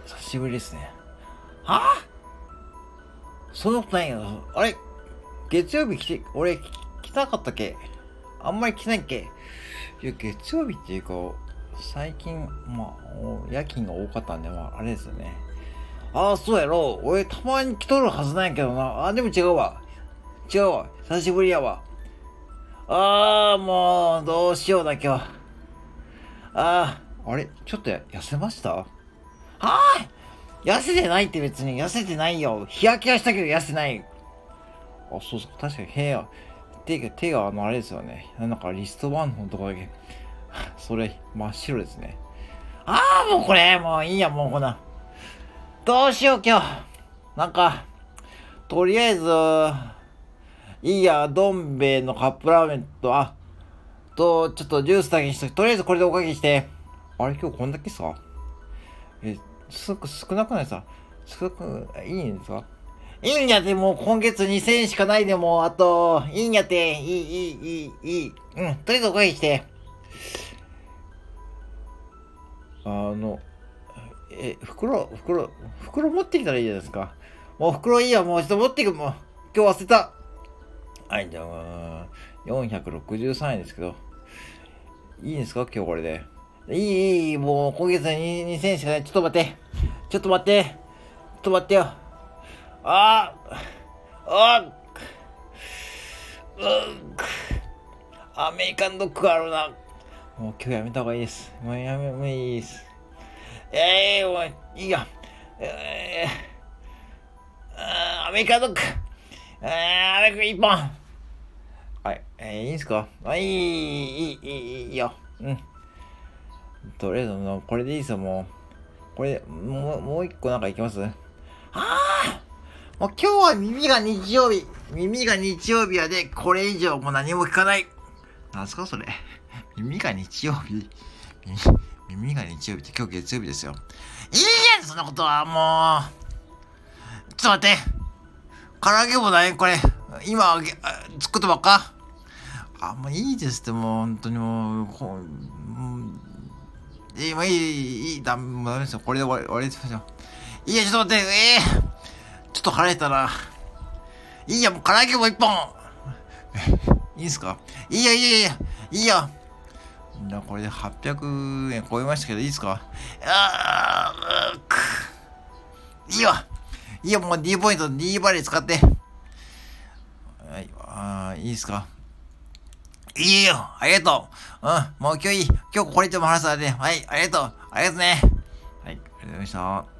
久しぶりですね。はぁ、そんなことないよ。あれ月曜日俺来なかったっけ？あんまり来ないっけ？いや、月曜日っていうか、最近、夜勤が多かったんで、あれですよね。ああ、そうやろ。俺、たまに来とるはずなんやけどな。でも違うわ。違うわ。久しぶりやわ。もう、どうしようだ、今日。あれちょっと痩せました？痩せてないって別に痩せてないよ。日焼けはしたけど痩せない。そうそう。確かに手があれですよね。なんかリストバンドのとこだけ。それ、真っ白ですね。もうこれ、もういいや、もうこんな。どうしよう、今日。なんか、とりあえず、いいや、どん兵衛のカップラーメンと、ちょっとジュースだけにしとき、とりあえずこれでおかけして。あれ、今日こんだけさ。少なくないさ。いいんですか？いいんやって、もう今月2000円しかないでも、あと、いいんやって、いい。とりあえずおかけして。袋持ってきたらいいじゃないですか。もう袋いいや、もうちょっと持ってく、もう。今日忘れた。はい、じゃあ、463円ですけど。いいんですか今日これで。いい、もう今月に2000円しかない。ちょっと待ってよ。あー、あー、アメリカンドッグあるな。もう今日やめた方がいいです。もういいです。もういいや。アメリカンドッグ。アメリカン一本。はい、いいんすか？いいよ。とりあえず、これでいいですよ、もう。これ、もう一個なんかいきます？もう今日は耳が日曜日やで、これ以上もう何も聞かない。なんすかそれ。耳が日曜日耳が日曜日って今日月曜日ですよ。いいやんそんなことはもう。ちょっと待って。唐揚げもないこれ。今作ったばっか。もういいですってもう本当にもういいダメですよ。これで終わりですよ。いいやちょっと待って。ちょっと腹減ったな。いいやもう唐揚げも一本。いいんすか？いいよ。これで800円超えましたけどいいですか？いいわ。いいよ、もう D ポイント、D バレー使って。はい、いいですか？いいよ、ありがとう。もう今日これでも話されて。はい、ありがとうね。はい、ありがとうございました。